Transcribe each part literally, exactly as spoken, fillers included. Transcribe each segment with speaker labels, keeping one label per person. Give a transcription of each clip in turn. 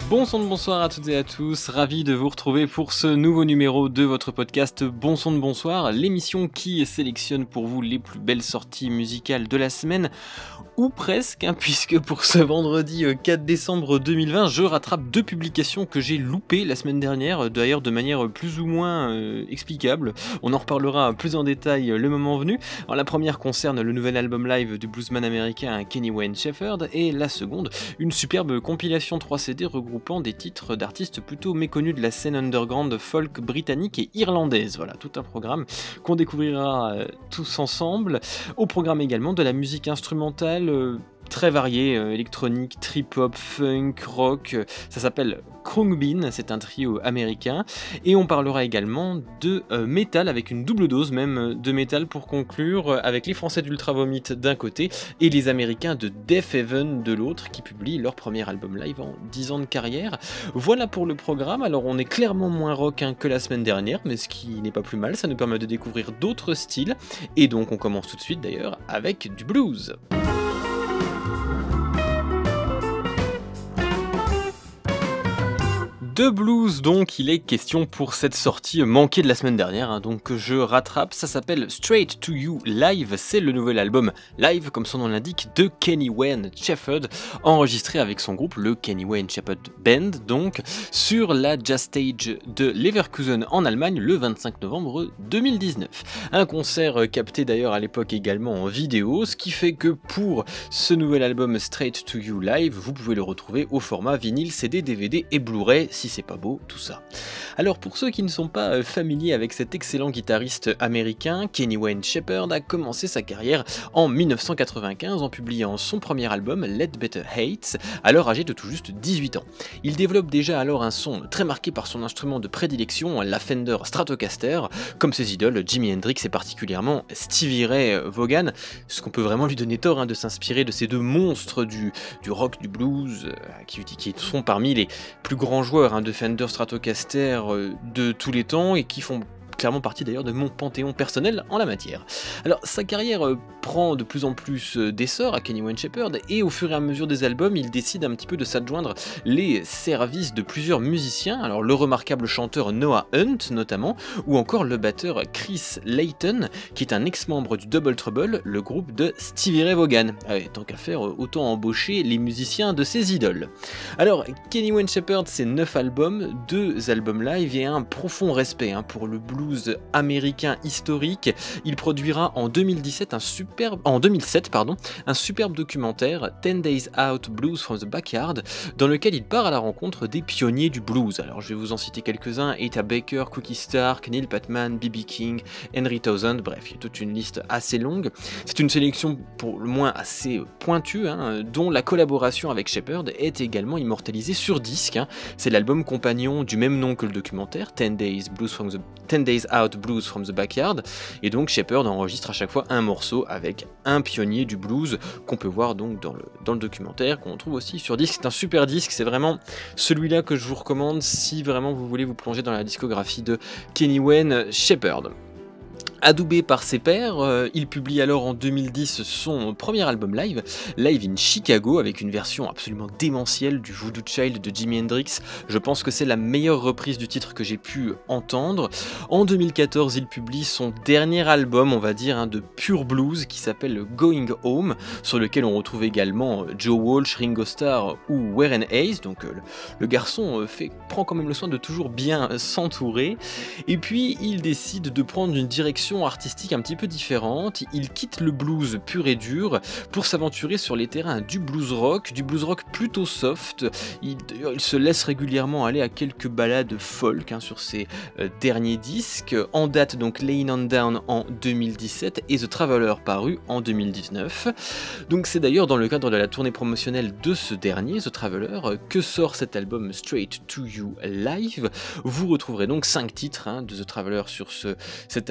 Speaker 1: Bon son de bonsoir à toutes et à tous, ravi de vous retrouver pour ce nouveau numéro de votre podcast Bon son de bonsoir, l'émission qui sélectionne pour vous les plus belles sorties musicales de la semaine, ou presque, hein, puisque pour ce vendredi quatre décembre deux mille vingt, je rattrape deux publications que j'ai loupées la semaine dernière, d'ailleurs de manière plus ou moins euh, explicable. On en reparlera plus en détail le moment venu. Alors, la première concerne le nouvel album live du bluesman américain Kenny Wayne Shepherd, et la seconde, une superbe compilation trois C D regroupant des titres d'artistes plutôt méconnus de la scène underground folk britannique et irlandaise. Voilà, tout un programme qu'on découvrira euh, tous ensemble. Au programme également de la musique instrumentale euh, très variée, euh, électronique, trip-hop, funk, rock. Ça s'appelle Khruangbin, c'est un trio américain. Et on parlera également de euh, métal, avec une double dose même de métal pour conclure, euh, avec les Français d'Ultra Vomit d'un côté et les Américains de Death Heaven de l'autre, qui publient leur premier album live en dix ans de carrière. Voilà pour le programme. Alors on est clairement moins rock hein, que la semaine dernière, mais ce qui n'est pas plus mal, ça nous permet de découvrir d'autres styles. Et donc on commence tout de suite d'ailleurs avec du blues. De blues donc il est question pour cette sortie manquée de la semaine dernière, hein, donc je rattrape. Ça s'appelle Straight to You Live, c'est le nouvel album live comme son nom l'indique de Kenny Wayne Shepherd, enregistré avec son groupe le Kenny Wayne Shepherd Band, donc sur la Jazz Stage de Leverkusen en Allemagne le vingt-cinq novembre deux mille dix-neuf. Un concert capté d'ailleurs à l'époque également en vidéo, ce qui fait que pour ce nouvel album Straight to You Live, vous pouvez le retrouver au format vinyle, C D, D V D et Blu-ray, si c'est pas beau tout ça. Alors pour ceux qui ne sont pas familiers avec cet excellent guitariste américain, Kenny Wayne Shepherd a commencé sa carrière en mille neuf cent quatre-vingt-quinze en publiant son premier album Let Better Hates, alors âgé de tout juste dix-huit ans. Il développe déjà alors un son très marqué par son instrument de prédilection, la Fender Stratocaster, comme ses idoles Jimi Hendrix et particulièrement Stevie Ray Vaughan, ce qu'on peut vraiment lui donner tort hein, de s'inspirer de ces deux monstres du, du rock, du blues, euh, qui, qui sont parmi les plus grands joueurs hein, de Fender Stratocaster euh, de tous les temps et qui font clairement partie d'ailleurs de mon panthéon personnel en la matière. Alors sa carrière euh, prend de plus en plus euh, d'essor à Kenny Wayne Shepherd et au fur et à mesure des albums il décide un petit peu de s'adjoindre les services de plusieurs musiciens, alors le remarquable chanteur Noah Hunt notamment, ou encore le batteur Chris Layton qui est un ex-membre du Double Trouble, le groupe de Stevie Ray Vaughan. Ah, tant qu'à faire, autant embaucher les musiciens de ses idoles. Alors Kenny Wayne Shepherd, c'est neuf albums, deux albums live et un profond respect hein, pour le blues américain historique. Il produira en deux mille dix-sept un superbe, en deux mille sept pardon, un superbe documentaire ten days Out Blues from the Backyard, dans lequel il part à la rencontre des pionniers du blues. Alors je vais vous en citer quelques-uns: Etta Baker, Cookie Stark, Neil Patman, B B King, Henry Townsend, bref, il y a toute une liste assez longue. C'est une sélection pour le moins assez pointue, hein, dont la collaboration avec Shepherd est également immortalisée sur disque. Hein. C'est l'album compagnon du même nom que le documentaire, ten days Blues from the ten days Out Blues from the Backyard, et donc Shepherd enregistre à chaque fois un morceau avec un pionnier du blues qu'on peut voir donc dans le, dans le documentaire, qu'on trouve aussi sur disque. C'est un super disque, c'est vraiment celui-là que je vous recommande si vraiment vous voulez vous plonger dans la discographie de Kenny Wayne Shepherd. Adoubé par ses pairs, euh, il publie alors en deux mille dix son premier album live, Live in Chicago, avec une version absolument démentielle du Voodoo Child de Jimi Hendrix. Je pense que c'est la meilleure reprise du titre que j'ai pu entendre. En deux mille quatorze, il publie son dernier album, on va dire, hein, de pure blues, qui s'appelle Going Home, sur lequel on retrouve également Joe Walsh, Ringo Starr ou Warren Hayes. Donc euh, le, le garçon euh, fait, prend quand même le soin de toujours bien s'entourer. Et puis il décide de prendre une direction artistique un petit peu différente. Il quitte le blues pur et dur pour s'aventurer sur les terrains du blues rock, du blues rock plutôt soft. Il, il se laisse régulièrement aller à quelques ballades folk hein, sur ses euh, derniers disques. En date donc Laying on Down en deux mille dix-sept et The Traveler paru en deux mille dix-neuf. Donc c'est d'ailleurs dans le cadre de la tournée promotionnelle de ce dernier, The Traveler, que sort cet album Straight to You Live. Vous retrouverez donc cinq titres hein, de The Traveler sur ce, cet album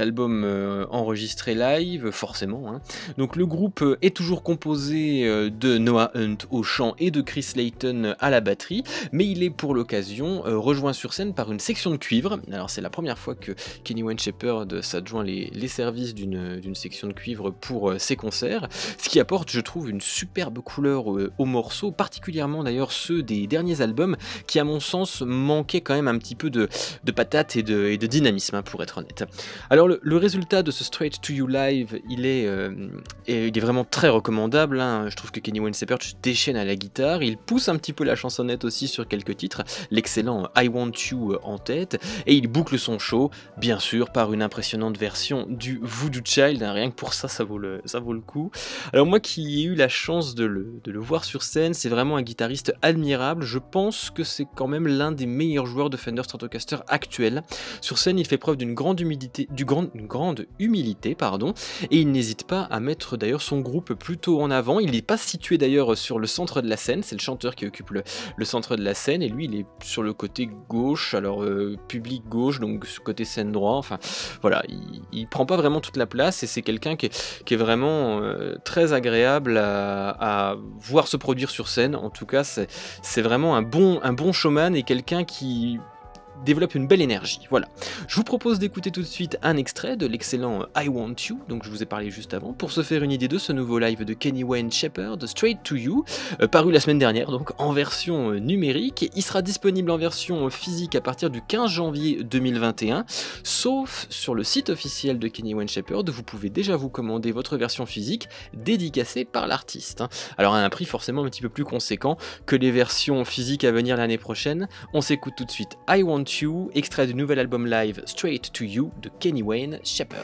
Speaker 1: euh, enregistré live, forcément. Hein. Donc le groupe euh, est toujours composé euh, de Noah Hunt au chant et de Chris Layton à la batterie, mais il est pour l'occasion euh, rejoint sur scène par une section de cuivre. Alors c'est la première fois que Kenny Wayne Shepherd s'adjoint les, les services d'une d'une section de cuivre pour euh, ses concerts, ce qui apporte, je trouve, une superbe couleur euh, aux morceaux, particulièrement d'ailleurs ceux des derniers albums, qui à mon sens manquaient quand même un petit peu de, de patate et de, et de dynamisme, hein, pour être honnête. Alors le, le résultat de ce Straight to You Live, il est, euh, il est vraiment très recommandable, hein. Je trouve que Kenny Wayne Shepherd se déchaîne à la guitare, il pousse un petit peu la chansonnette aussi sur quelques titres, l'excellent I Want You en tête, et il boucle son show, bien sûr, par une impressionnante version du Voodoo Child, hein. Rien que pour ça, ça vaut le, ça vaut le coup. Alors moi qui ai eu la chance de le, de le voir sur scène, c'est vraiment un guitariste admirable, je pense que c'est quand même l'un des meilleurs joueurs de Fender Stratocaster actuels. Sur scène, il fait preuve d'une grande humilité, du grand, une grande humilité, pardon, et il n'hésite pas à mettre d'ailleurs son groupe plutôt en avant. Il n'est pas situé d'ailleurs sur le centre de la scène, c'est le chanteur qui occupe le, le centre de la scène, et lui il est sur le côté gauche, alors euh, public gauche, donc côté scène droit, enfin voilà, il, il prend pas vraiment toute la place, et c'est quelqu'un qui est, qui est vraiment euh, très agréable à, à voir se produire sur scène. En tout cas, c'est, c'est vraiment un bon, un bon showman et quelqu'un qui développe une belle énergie. Voilà. Je vous propose d'écouter tout de suite un extrait de l'excellent I Want You, donc je vous ai parlé juste avant, pour se faire une idée de ce nouveau live de Kenny Wayne Shepherd, Straight to You, euh, paru la semaine dernière, donc en version euh, numérique. Il sera disponible en version euh, physique à partir du quinze janvier deux mille vingt et un, sauf sur le site officiel de Kenny Wayne Shepherd, vous pouvez déjà vous commander votre version physique dédicacée par l'artiste. Hein. Alors à un prix forcément un petit peu plus conséquent que les versions physiques à venir l'année prochaine. On s'écoute tout de suite I Want You, extrait du nouvel album live Straight to You de Kenny Wayne Shepherd.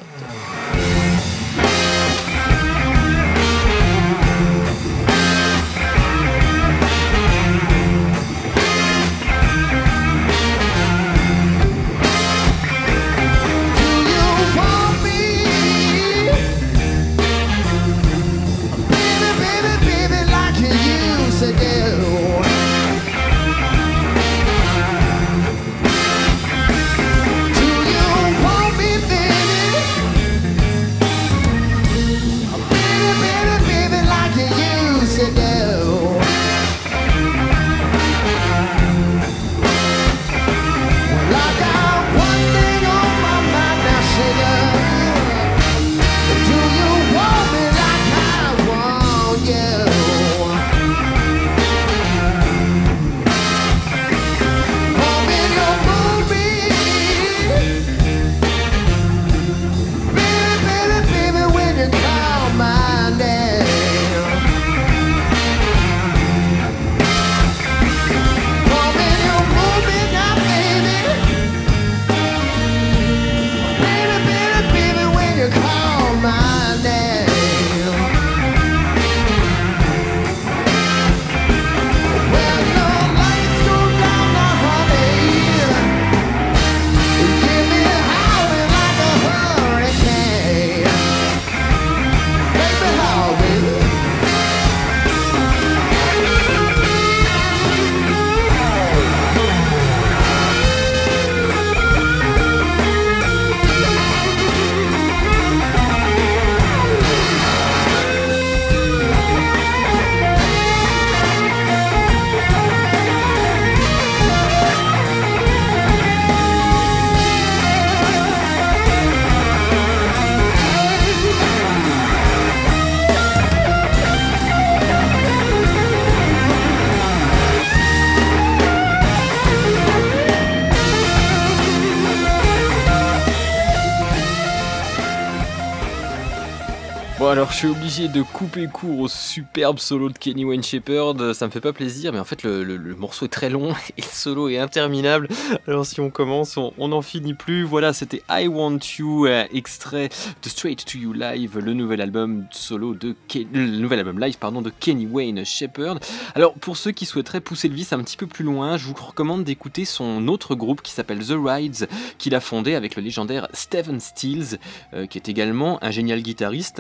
Speaker 1: Bon alors je suis obligé de couper court au superbe solo de Kenny Wayne Shepherd, ça me fait pas plaisir mais en fait le, le, le morceau est très long et le solo est interminable, alors si on commence on n'en finit plus. Voilà, c'était I Want You, euh, extrait de Straight to You Live, le nouvel album solo de Ken... le nouvel album live pardon de Kenny Wayne Shepherd. Alors pour ceux qui souhaiteraient pousser le vice un petit peu plus loin, je vous recommande d'écouter son autre groupe qui s'appelle The Rides, qu'il a fondé avec le légendaire Stephen Stills, euh, qui est également un génial guitariste, hein,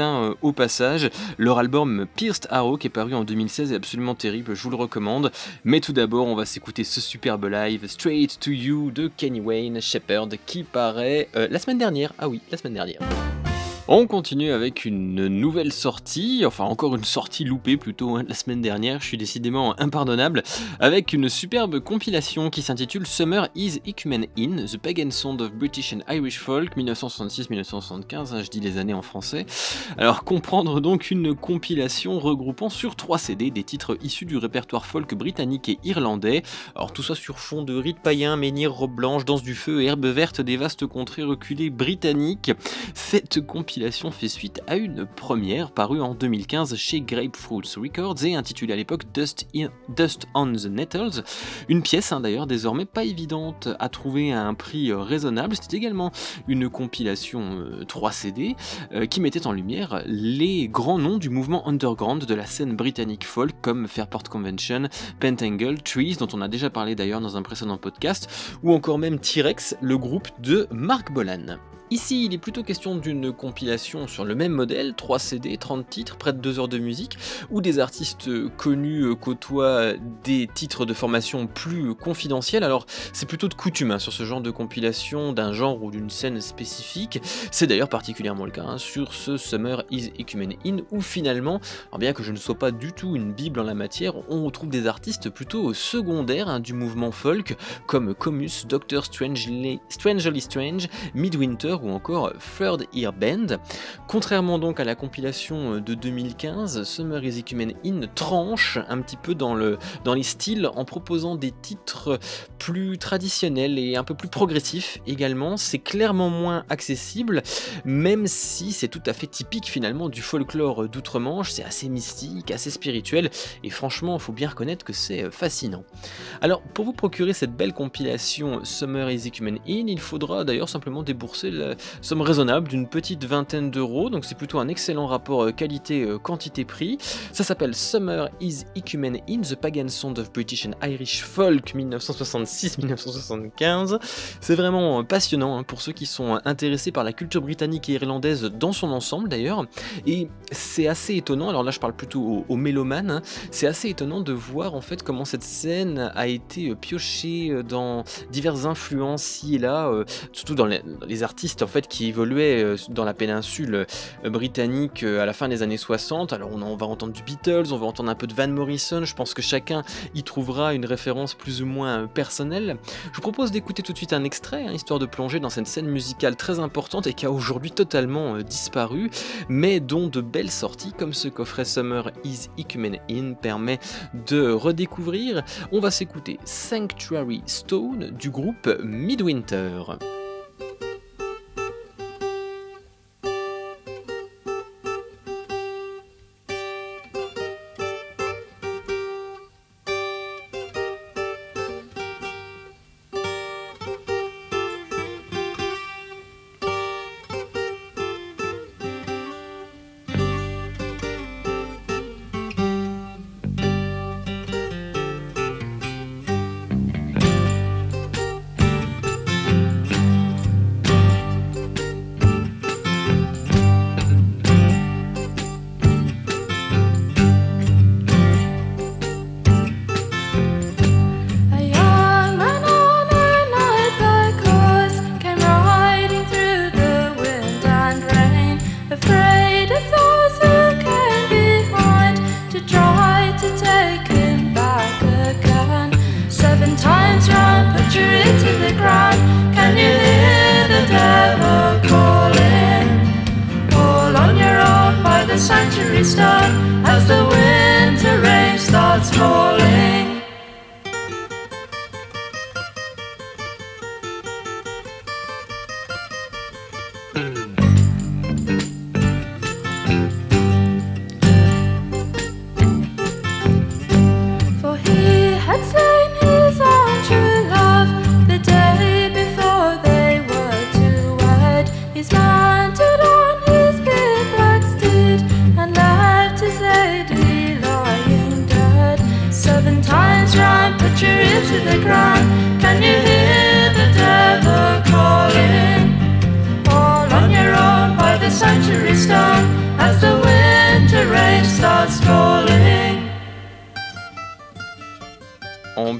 Speaker 1: au passage. Leur album Pierced Arrow qui est paru en deux mille seize est absolument terrible, je vous le recommande. Mais tout d'abord, on va s'écouter ce superbe live Straight to You de Kenny Wayne Shepherd qui paraît euh, la semaine dernière. Ah oui, la semaine dernière. On continue avec une nouvelle sortie, enfin encore une sortie loupée plutôt, hein, la semaine dernière, je suis décidément impardonnable, avec une superbe compilation qui s'intitule Summer is Ecumen In, The Pagan Sound of British and Irish Folk, mille neuf cent soixante-six mille neuf cent soixante-quinze, hein, je dis les années en français. Alors comprendre donc une compilation regroupant sur trois C D des titres issus du répertoire folk britannique et irlandais, alors tout ça sur fond de rites païens, menhirs, robes blanches, danse du feu et herbes vertes des vastes contrées reculées britanniques. Cette compilation fait suite à une première parue en deux mille quinze chez Grapefruit Records et intitulée à l'époque Dust, in, Dust on the Nettles, une pièce hein, d'ailleurs désormais pas évidente à trouver à un prix euh, raisonnable. C'était également une compilation euh, trois C D euh, qui mettait en lumière les grands noms du mouvement underground de la scène britannique folk comme Fairport Convention, Pentangle, Trees dont on a déjà parlé d'ailleurs dans un précédent podcast, ou encore même T-Rex, le groupe de Mark Bolan. Ici, il est plutôt question d'une compilation sur le même modèle, trois C D, trente titres, près de deux heures de musique, où des artistes connus côtoient des titres de formation plus confidentiels. Alors, c'est plutôt de coutume hein, sur ce genre de compilation d'un genre ou d'une scène spécifique. C'est d'ailleurs particulièrement le cas hein, sur ce Summer is Ecumen In, où finalement, alors bien que je ne sois pas du tout une bible en la matière, on retrouve des artistes plutôt secondaires hein, du mouvement folk, comme Comus, docteur Strangely, Strangely Strange, Midwinter, ou encore Third Ear Band. Contrairement donc à la compilation de deux mille quinze, Summer is Ecumen In tranche un petit peu dans, le, dans les styles en proposant des titres plus traditionnels et un peu plus progressifs également. C'est clairement moins accessible, même si c'est tout à fait typique finalement du folklore d'outre-Manche. C'est assez mystique, assez spirituel et franchement il faut bien reconnaître que c'est fascinant. Alors pour vous procurer cette belle compilation Summer is Ecumen In, il faudra d'ailleurs simplement débourser la somme raisonnable d'une petite vingtaine d'euros, donc c'est plutôt un excellent rapport qualité-quantité-prix. Ça s'appelle Summer is Ecumen In, The Pagan Sound of British and Irish Folk mille neuf cent soixante-six mille neuf cent soixante-quinze. C'est vraiment passionnant hein, pour ceux qui sont intéressés par la culture britannique et irlandaise dans son ensemble d'ailleurs, et c'est assez étonnant, alors là je parle plutôt aux, aux mélomanes, hein, c'est assez étonnant de voir en fait comment cette scène a été piochée dans diverses influences ci et là, euh, surtout dans les, dans les artistes en fait qui évoluaient dans la péninsule britannique à la fin des années soixante. Alors on, on va entendre du Beatles, on va entendre un peu de Van Morrison, je pense que chacun y trouvera une référence plus ou moins personnelle. Je vous propose d'écouter tout de suite un extrait, hein, histoire de plonger dans cette scène musicale très importante et qui a aujourd'hui totalement euh, disparu, mais dont de belles sorties comme ce coffret Summer is Ecumen In permet de redécouvrir. On va s'écouter Sanctuary Stone du groupe Midwinter.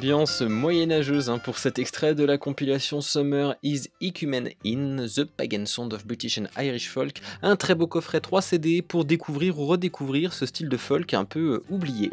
Speaker 1: ambiance moyenâgeuse hein, pour cet extrait de la compilation Summer is Ecumen in The Pagan Sound of British and Irish Folk, un très beau coffret trois C D pour découvrir ou redécouvrir ce style de folk un peu euh, oublié.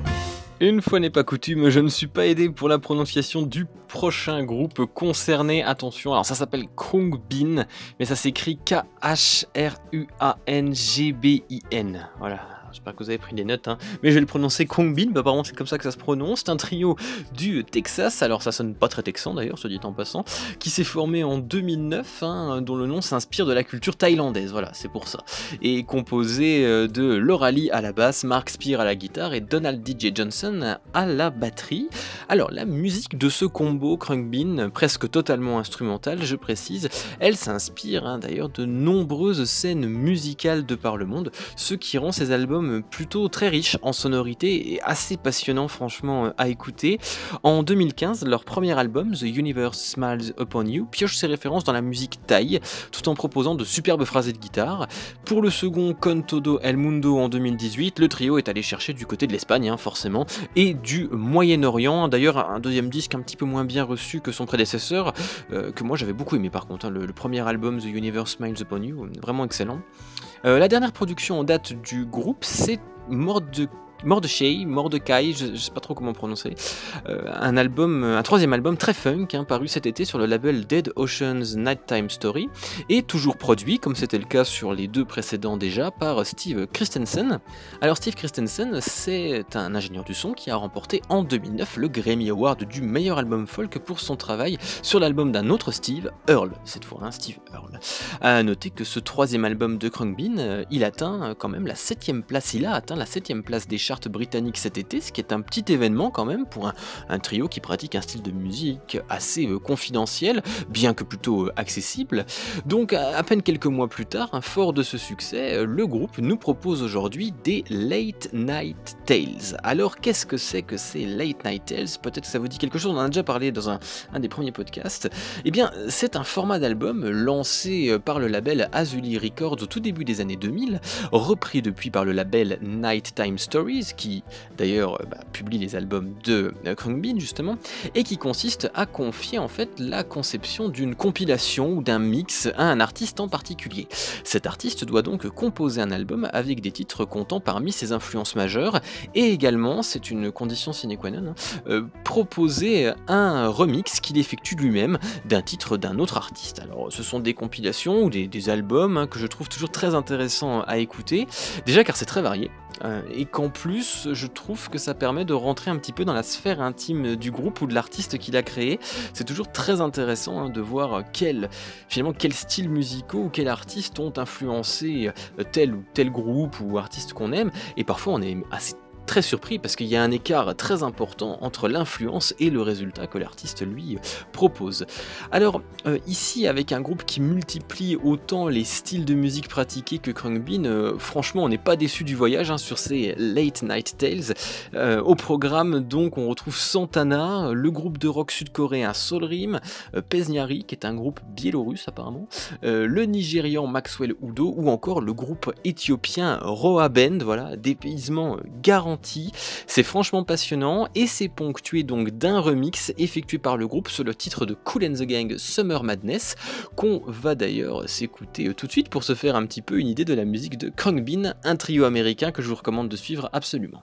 Speaker 1: Une fois n'est pas coutume, je ne suis pas aidé pour la prononciation du prochain groupe concerné. Attention, alors ça s'appelle Khruangbin, mais ça s'écrit K H R U A N G B I N. Voilà. J'espère que vous avez pris des notes, hein. Mais je vais le prononcer Khruangbin, bah apparemment c'est comme ça que ça se prononce. C'est un trio du Texas, alors ça sonne pas très texan d'ailleurs, se dit en passant, qui s'est formé en deux mille neuf, hein, dont le nom s'inspire de la culture thaïlandaise, voilà, c'est pour ça. Et composé de Laura Lee à la basse, Mark Spear à la guitare et Donald D J Johnson à la batterie. Alors la musique de ce combo Khruangbin, presque totalement instrumentale, je précise, elle s'inspire hein, d'ailleurs de nombreuses scènes musicales de par le monde, ce qui rend ces albums plutôt très riche en sonorité et assez passionnant franchement à écouter. En deux mille quinze, leur premier album, The Universe Smiles Upon You, pioche ses références dans la musique thaï, tout en proposant de superbes phrasés de guitare. Pour le second, Con Todo El Mundo en deux mille dix-huit, le trio est allé chercher du côté de l'Espagne, hein, forcément, et du Moyen-Orient. D'ailleurs, un deuxième disque un petit peu moins bien reçu que son prédécesseur, euh, que moi j'avais beaucoup aimé par contre, hein, le, le premier album, The Universe Smiles Upon You, vraiment excellent. Euh, la dernière production en date du groupe, c'est Morde... Mordechai, Mordecai, je, je sais pas trop comment prononcer, euh, un album, un troisième album très funk, hein, paru cet été sur le label Dead Ocean's Nighttime Story, et toujours produit, comme c'était le cas sur les deux précédents déjà, par Steve Christensen. Alors Steve Christensen, c'est un ingénieur du son qui a remporté en deux mille neuf le Grammy Award du meilleur album folk pour son travail sur l'album d'un autre Steve, Earl, cette fois, hein, Steve Earl. À noter que ce troisième album de Khruangbin, euh, il atteint quand même la septième place, il a atteint la septième place des charts britannique cet été, ce qui est un petit événement quand même pour un, un trio qui pratique un style de musique assez euh, confidentiel, bien que plutôt euh, accessible. Donc à, à peine quelques mois plus tard, hein, fort de ce succès, euh, le groupe nous propose aujourd'hui des Late Night Tales. Alors qu'est-ce que c'est que ces Late Night Tales? Peut-être que ça vous dit quelque chose, on en a déjà parlé dans un, un des premiers podcasts. Eh bien c'est un format d'album lancé par le label Azuli Records au tout début des années deux mille, repris depuis par le label Nighttime Stories, qui d'ailleurs bah, publie les albums de euh, Khruangbin justement, et qui consiste à confier en fait la conception d'une compilation ou d'un mix à un artiste en particulier. Cet artiste doit donc composer un album avec des titres comptant parmi ses influences majeures, et également, c'est une condition sine qua non, hein, euh, proposer un remix qu'il effectue lui-même d'un titre d'un autre artiste. Alors ce sont des compilations ou des, des albums hein, que je trouve toujours très intéressants à écouter, déjà car c'est très varié, euh, et qu'en plus je trouve que ça permet de rentrer un petit peu dans la sphère intime du groupe ou de l'artiste qu'il a créé. C'est toujours très intéressant hein, de voir quel, finalement, quels styles musicaux ou quels artistes ont influencé tel ou tel groupe ou artiste qu'on aime, et parfois on est assez très surpris parce qu'il y a un écart très important entre l'influence et le résultat que l'artiste lui propose. Alors euh, ici avec un groupe qui multiplie autant les styles de musique pratiqués que Khruangbin, euh, franchement on n'est pas déçu du voyage hein, sur ces Late Night Tales. Euh, au programme donc on retrouve Santana, le groupe de rock sud-coréen Solrim, euh, Pesniary qui est un groupe biélorusse apparemment, euh, le Nigérian Maxwell Udo ou encore le groupe éthiopien Roa Band, voilà, dépaysement garanti. C'est franchement passionnant et c'est ponctué donc d'un remix effectué par le groupe sur le titre de Kool and the Gang Summer Madness, qu'on va d'ailleurs s'écouter tout de suite pour se faire un petit peu une idée de la musique de Khruangbin, un trio américain que je vous recommande de suivre absolument.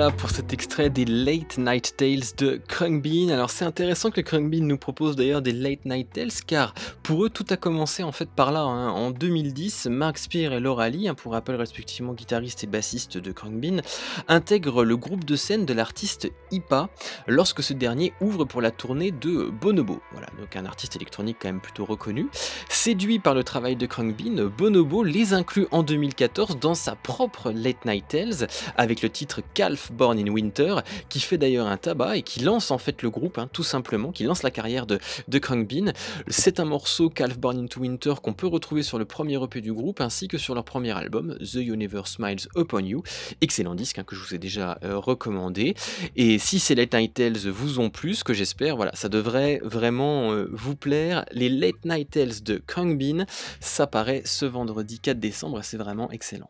Speaker 1: voilà pour cet extrait des Late Night Tales de Khruangbin. Alors c'est intéressant que Khruangbin nous propose d'ailleurs des Late Night Tales, car pour eux tout a commencé en fait par là, hein. En deux mille dix, Mark Spear et Laura Lee, hein, pour rappel respectivement guitariste et bassiste de Khruangbin, intègrent le groupe de scène de l'artiste Ipa, lorsque ce dernier ouvre pour la tournée de Bonobo. Voilà, donc un artiste électronique quand même plutôt reconnu. Séduit par le travail de Khruangbin, Bonobo les inclut en deux mille quatorze dans sa propre Late Night Tales, avec le titre Calf Born in Winter, qui fait d'ailleurs un tabac et qui lance en fait le groupe, hein, tout simplement, qui lance la carrière de, de Khruangbin. C'est un morceau Calf Born into Winter qu'on peut retrouver sur le premier E P du groupe, ainsi que sur leur premier album, The Universe Smiles Upon You, excellent disque, hein, que je vous ai déjà euh, recommandé. Et si ces Late Night Tales vous ont plu, ce que j'espère, voilà, ça devrait vraiment euh, vous plaire. Les Late Night Tales de Khruangbin, ça paraît ce vendredi quatre décembre, c'est vraiment excellent.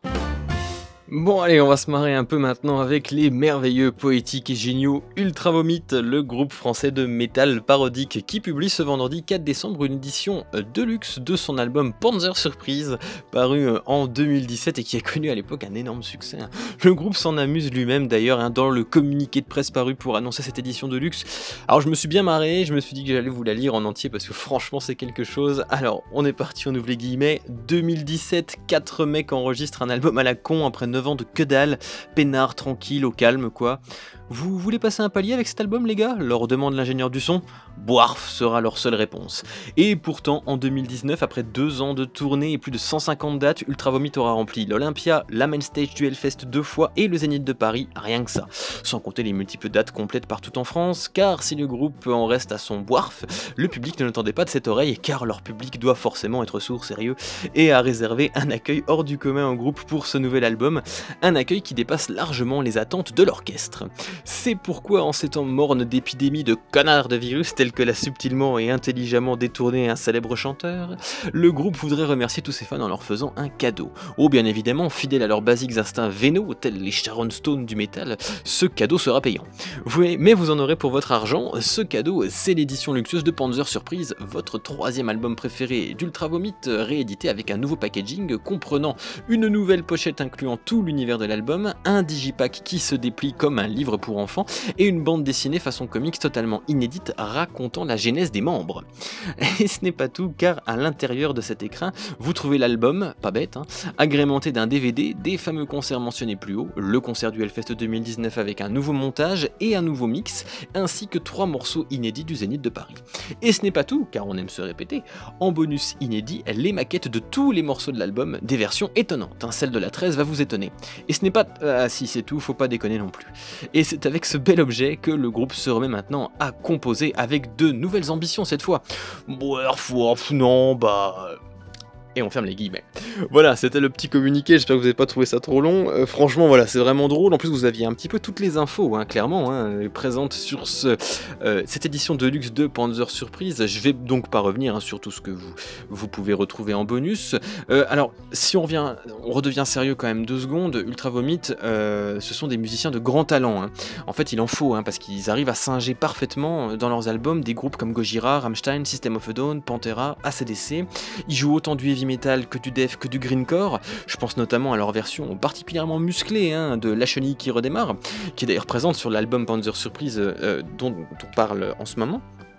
Speaker 1: Bon allez, on va se marrer un peu maintenant avec les merveilleux, poétiques et géniaux Ultra Vomit, le groupe français de métal parodique qui publie ce vendredi quatre décembre une édition deluxe de son album Panzer Surprise, paru en deux mille dix-sept et qui a connu à l'époque un énorme succès. Le groupe s'en amuse lui-même d'ailleurs, hein, dans le communiqué de presse paru pour annoncer cette édition deluxe. Alors je me suis bien marré, je me suis dit que j'allais vous la lire en entier parce que franchement c'est quelque chose. Alors on est parti, on ouvre les guillemets, deux mille dix-sept, quatre mecs enregistrent un album à la con après neuf ans de que dalle, peinard, tranquille, au calme quoi. Vous voulez passer un palier avec cet album les gars, leur demande l'ingénieur du son. Boirf sera leur seule réponse. Et pourtant en deux mille dix-neuf, après deux ans de tournée et plus de cent cinquante dates, Ultra Vomit aura rempli l'Olympia, la Main Stage du Hellfest deux fois et le Zénith de Paris, rien que ça. Sans compter les multiples dates complètes partout en France, car si le groupe en reste à son boirf, le public ne l'entendait pas de cette oreille, car leur public doit forcément être sourd, sérieux, et a réservé un accueil hors du commun au groupe pour ce nouvel album, un accueil qui dépasse largement les attentes de l'orchestre. C'est pourquoi en ces temps mornes d'épidémie de connards de virus tels que l'a subtilement et intelligemment détourné un célèbre chanteur, le groupe voudrait remercier tous ses fans en leur faisant un cadeau. Oh bien évidemment, fidèles à leurs basiques instincts vénaux, tels les Sharon Stone du métal, ce cadeau sera payant. Oui, mais vous en aurez pour votre argent, ce cadeau c'est l'édition luxueuse de Panzer Surprise, votre troisième album préféré d'Ultra Vomit, réédité avec un nouveau packaging comprenant une nouvelle pochette incluant tout l'univers de l'album, un digipack qui se déplie comme un livre pour enfants, et une bande dessinée façon comics totalement inédite racontant la genèse des membres. Et ce n'est pas tout, car à l'intérieur de cet écrin, vous trouvez l'album, pas bête, hein, agrémenté d'un D V D des fameux concerts mentionnés plus haut, le concert du Hellfest deux mille dix-neuf avec un nouveau montage et un nouveau mix, ainsi que trois morceaux inédits du Zénith de Paris. Et ce n'est pas tout, car on aime se répéter, en bonus inédit, les maquettes de tous les morceaux de l'album, des versions étonnantes, hein, celle de la treize va vous étonner. Et ce n'est pas... Ah si c'est tout, faut pas déconner non plus. Et c'est avec ce bel objet que le groupe se remet maintenant à composer avec de nouvelles ambitions cette fois. Bref, non, bah... Et on ferme les guillemets. Voilà, c'était le petit communiqué, j'espère que vous n'avez pas trouvé ça trop long. Euh, franchement, voilà, c'est vraiment drôle. En plus, vous aviez un petit peu toutes les infos, hein, clairement, hein, présentes sur ce, euh, cette édition de luxe de Panzer Surprise. Je vais donc pas revenir, hein, sur tout ce que vous, vous pouvez retrouver en bonus. Euh, alors, si on revient, on redevient sérieux quand même deux secondes, Ultra Vomit, euh, ce sont des musiciens de grand talent. Hein. En fait, il en faut, hein, parce qu'ils arrivent à singer parfaitement dans leurs albums des groupes comme Gojira, Rammstein, System of a Down, Pantera, A C D C. Ils jouent autant du heavy metal que du death que du greencore, je pense notamment à leur version particulièrement musclée, hein, de La Chenille qui redémarre, qui est d'ailleurs présente sur l'album Panzer Surprise euh, dont, dont on parle en ce moment.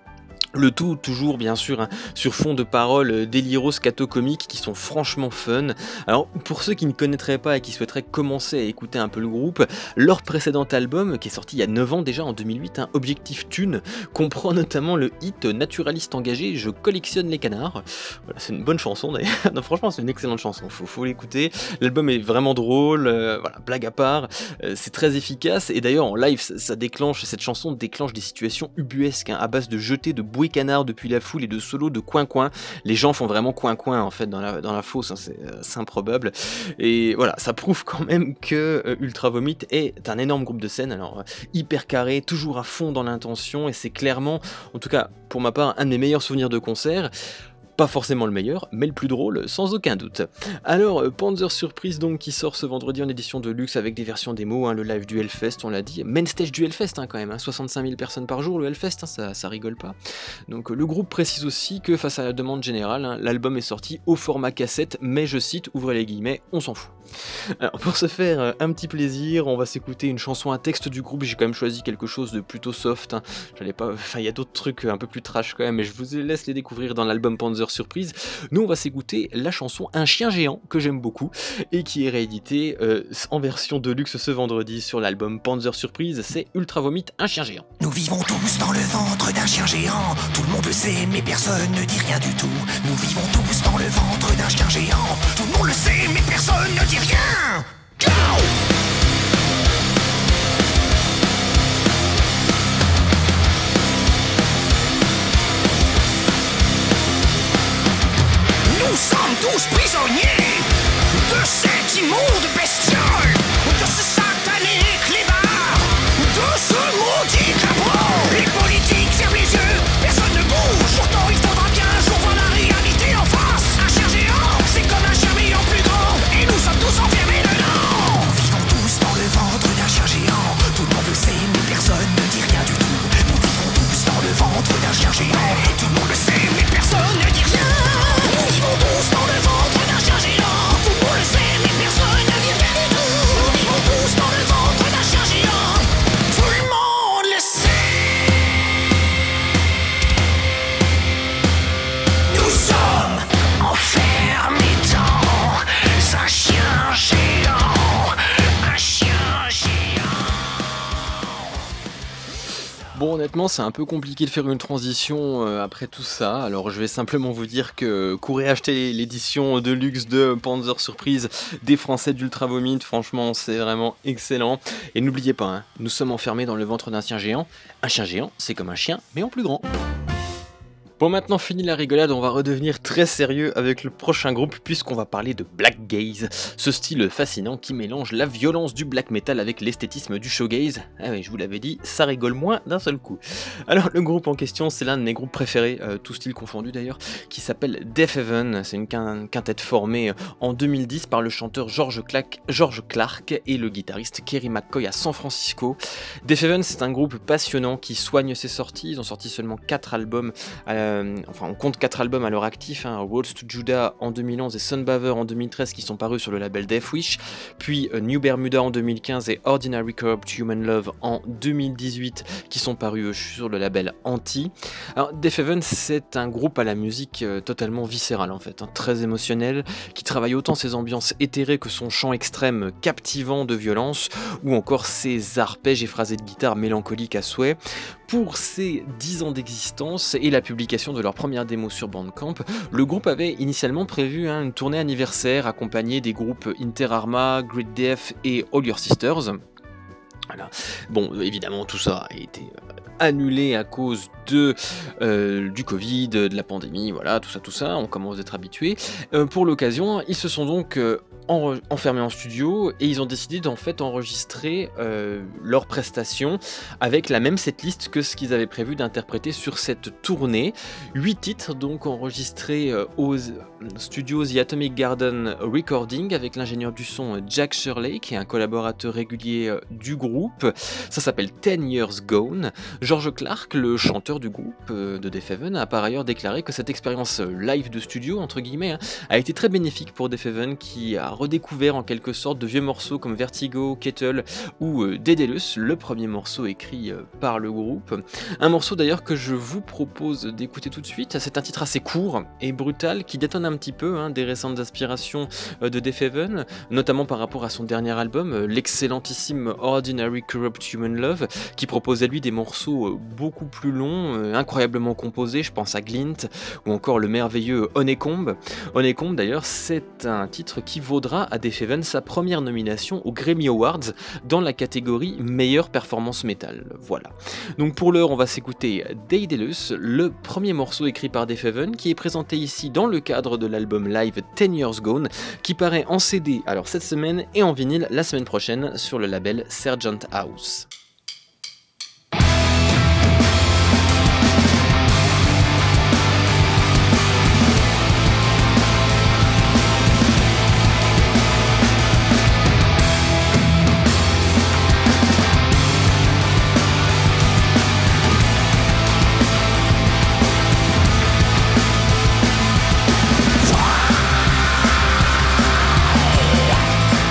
Speaker 1: Le tout toujours bien sûr, hein, sur fond de paroles déliros scato-comiques qui sont franchement fun. Alors pour ceux qui ne connaîtraient pas et qui souhaiteraient commencer à écouter un peu le groupe, leur précédent album qui est sorti il y a neuf ans déjà en deux mille huit, hein, Objectif Thune, comprend notamment le hit naturaliste engagé Je collectionne les canards. Voilà, c'est une bonne chanson d'ailleurs, non, franchement c'est une excellente chanson, faut, faut l'écouter. L'album est vraiment drôle, euh, voilà, blague à part, euh, c'est très efficace et d'ailleurs en live ça, ça déclenche, cette chanson déclenche des situations ubuesques, hein, à base de jeter de bouées canard depuis la foule et de solos de coin-coin. Les gens font vraiment coin-coin en fait dans la, dans la fosse, hein, c'est euh, improbable. Et voilà, ça prouve quand même que euh, Ultra Vomit est un énorme groupe de scène, alors euh, hyper carré, toujours à fond dans l'intention, et c'est clairement, en tout cas pour ma part, un de mes meilleurs souvenirs de concert. Pas forcément le meilleur, mais le plus drôle, sans aucun doute. Alors, euh, Panzer Surprise donc, qui sort ce vendredi en édition de luxe avec des versions démo, hein, le live du Hellfest, on l'a dit, main stage du Hellfest hein, quand même, hein, soixante-cinq mille personnes par jour, le Hellfest, hein, ça, ça rigole pas. Donc euh, le groupe précise aussi que face à la demande générale, hein, l'album est sorti au format cassette, mais je cite, ouvrez les guillemets, on s'en fout. Alors pour se faire euh, un petit plaisir, on va s'écouter une chanson à texte du groupe. J'ai quand même choisi quelque chose de plutôt soft, hein. J'allais pas, enfin il y a d'autres trucs un peu plus trash quand même, mais je vous laisse les découvrir dans l'album Panzer Surprise. Nous on va s'écouter la chanson Un chien géant que j'aime beaucoup et qui est rééditée euh, en version deluxe ce vendredi sur l'album Panzer Surprise. C'est Ultra Vomit, Un chien géant.
Speaker 2: Nous vivons tous dans le ventre d'un chien géant. Tout le monde le sait, mais personne ne dit rien du tout. Nous vivons tous dans le ventre d'un chien géant. Tout le monde le sait, mais personne ne dit rien. Go! Nous sommes tous prisonniers de cette immonde bestiole, de ce satané clébard, de ce maudit cabron. Les politiques ferment les yeux, personne ne bouge. Pourtant il faudra bien un jour voir la réalité en face. Un chien géant, c'est comme un chien mais en plus grand, et nous sommes tous enfermés dedans. Nous vivons tous dans le ventre d'un chien géant. Tout le monde le sait, mais personne ne dit rien du tout. Nous vivons tous dans le ventre d'un chien géant. Tout le monde le sait, mais personne ne dit rien. Nous vivons tous dans le ventre d'un chien géant. Tout le monde le sait, mais personne ne dit rien du tout. Nous vivons tous dans le ventre d'un chien géant. Tout le monde le sait. Nous sommes enfermés dans un chien géant. Un chien géant.
Speaker 1: Bon, honnêtement, c'est un peu compliqué de faire une transition euh, après tout ça. Alors, je vais simplement vous dire que courez acheter l'édition de luxe de Panzer Surprise des Français d'Ultra Vomit. Franchement, c'est vraiment excellent. Et n'oubliez pas, hein, nous sommes enfermés dans le ventre d'un chien géant. Un chien géant, c'est comme un chien, mais en plus grand. Bon, maintenant fini la rigolade, on va redevenir très sérieux avec le prochain groupe puisqu'on va parler de Black Gaze, ce style fascinant qui mélange la violence du black metal avec l'esthétisme du shoegaze. Ah oui, je vous l'avais dit, ça rigole moins d'un seul coup. Alors le groupe en question, c'est l'un de mes groupes préférés, euh, tout style confondu d'ailleurs, qui s'appelle Deafheaven. C'est une quin- quintette formée en deux mille dix par le chanteur George Clark, George Clark et le guitariste Kerry McCoy à San Francisco. Deafheaven, c'est un groupe passionnant qui soigne ses sorties. Ils ont sorti seulement quatre albums à Euh, enfin, on compte quatre albums à leur actif, hein, Road to Judah en deux mille onze et Sunbather en deux mille treize qui sont parus sur le label Deathwish, puis euh, New Bermuda en deux mille quinze et Ordinary Corrupt Human Love en deux mille dix-huit qui sont parus euh, sur le label Anti. Alors Deafheaven, c'est un groupe à la musique euh, totalement viscérale en fait, hein, très émotionnel, qui travaille autant ses ambiances éthérées que son chant extrême captivant de violence, ou encore ses arpèges et phrasés de guitare mélancoliques à souhait. Pour ses dix ans d'existence et la publication de leur première démo sur Bandcamp, le groupe avait initialement prévu hein, une tournée anniversaire accompagnée des groupes Inter Arma, Great Death et All Your Sisters. Voilà. Bon, évidemment, tout ça a été euh, annulé à cause de euh, du Covid, de la pandémie, voilà, tout ça, tout ça, on commence à être habitué. Euh, pour l'occasion, ils se sont donc euh, en, enfermés en studio et ils ont décidé d'en fait enregistrer euh, leurs prestations avec la même setlist que ce qu'ils avaient prévu d'interpréter sur cette tournée. Huit titres donc enregistrés euh, aux studios The Atomic Garden Recording avec l'ingénieur du son Jack Shirley qui est un collaborateur régulier euh, du groupe. Ça s'appelle Ten Years Gone. George Clark, le chanteur du groupe euh, de Deafheaven, a par ailleurs déclaré que cette expérience live de studio, entre guillemets, hein, a été très bénéfique pour Deafheaven qui a redécouvert en quelque sorte de vieux morceaux comme Vertigo, Kettle ou euh, Daedalus, le premier morceau écrit euh, par le groupe. Un morceau d'ailleurs que je vous propose d'écouter tout de suite. C'est un titre assez court et brutal qui détonne un petit peu hein, des récentes aspirations euh, de Deafheaven, notamment par rapport à son dernier album, euh, l'excellentissime Ordinary Corrupt Human Love, qui proposait lui des morceaux euh, beaucoup plus longs, euh, incroyablement composés, je pense à Glint, ou encore le merveilleux Honeycomb. Honeycomb d'ailleurs, c'est un titre qui vaudra à Deafheaven sa première nomination aux Grammy Awards dans la catégorie meilleure performance métal. Voilà. Donc pour l'heure, on va s'écouter Daedalus, le premier morceau écrit par Deafheaven, qui est présenté ici dans le cadre de l'album live Ten Years Gone, qui paraît en C D alors cette semaine et en vinyle la semaine prochaine sur le label Sergeant House.
Speaker 2: Wow.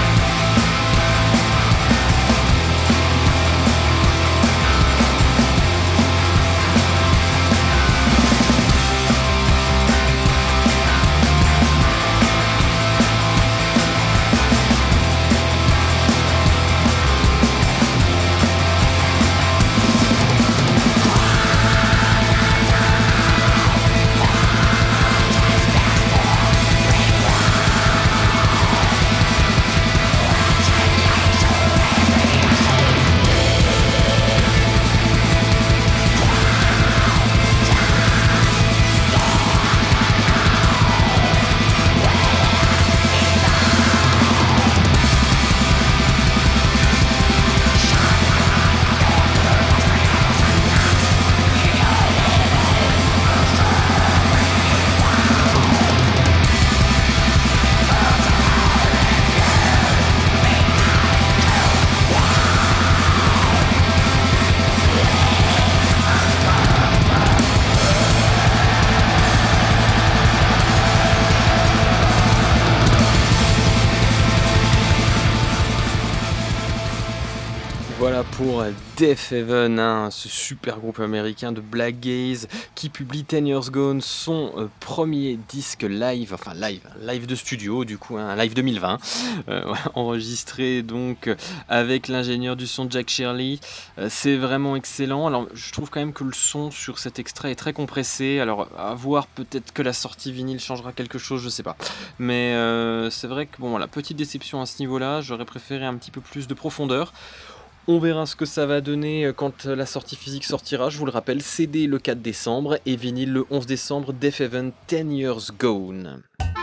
Speaker 1: pour Deafheaven, hein, ce super groupe américain de black gaze qui publie Ten Years Gone, son euh, premier disque live, enfin live, live de studio du coup, un hein, live deux mille vingt, euh, enregistré donc avec l'ingénieur du son Jack Shirley. Euh, c'est vraiment excellent. Alors je trouve quand même que le son sur cet extrait est très compressé. Alors à voir, peut-être que la sortie vinyle changera quelque chose, je sais pas. Mais euh, c'est vrai que bon, voilà, petite déception à ce niveau-là. J'aurais préféré un petit peu plus de profondeur. On verra ce que ça va donner quand la sortie physique sortira. Je vous le rappelle, C D le quatre décembre et vinyle le onze décembre. Deafheaven, Ten Years Gone.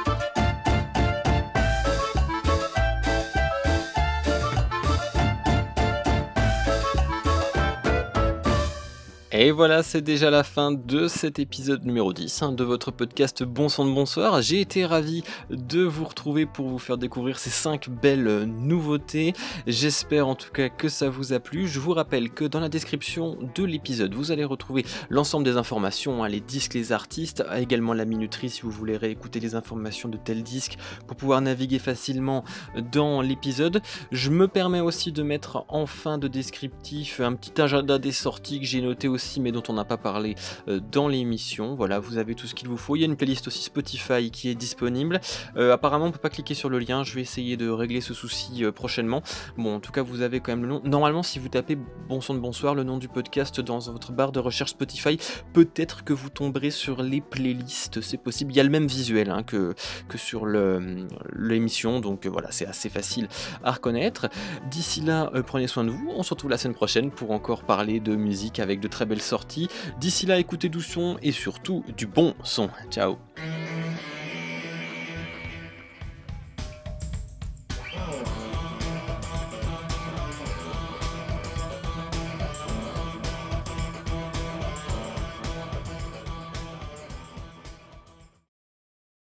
Speaker 1: Et voilà, c'est déjà la fin de cet épisode numéro dix hein, de votre podcast Bon Son de Bonsoir. J'ai été ravi de vous retrouver pour vous faire découvrir ces cinq belles nouveautés. J'espère en tout cas que ça vous a plu. Je vous rappelle que dans la description de l'épisode, vous allez retrouver l'ensemble des informations, hein, les disques, les artistes, également la minuterie si vous voulez réécouter les informations de tel disque pour pouvoir naviguer facilement dans l'épisode. Je me permets aussi de mettre en fin de descriptif un petit agenda des sorties que j'ai noté aussi, mais dont on n'a pas parlé euh, dans l'émission. Voilà, vous avez tout ce qu'il vous faut. Il y a une playlist aussi Spotify qui est disponible. Euh, apparemment, on ne peut pas cliquer sur le lien. Je vais essayer de régler ce souci euh, prochainement. Bon, en tout cas, vous avez quand même le nom. Normalement, si vous tapez Bon Son de Bonsoir, le nom du podcast dans votre barre de recherche Spotify, peut-être que vous tomberez sur les playlists. C'est possible. Il y a le même visuel hein, que, que sur le, l'émission. Donc euh, voilà, c'est assez facile à reconnaître. D'ici là, euh, prenez soin de vous. On se retrouve la semaine prochaine pour encore parler de musique avec de très belles sorties. D'ici là, écoutez du son et surtout du bon son. Ciao.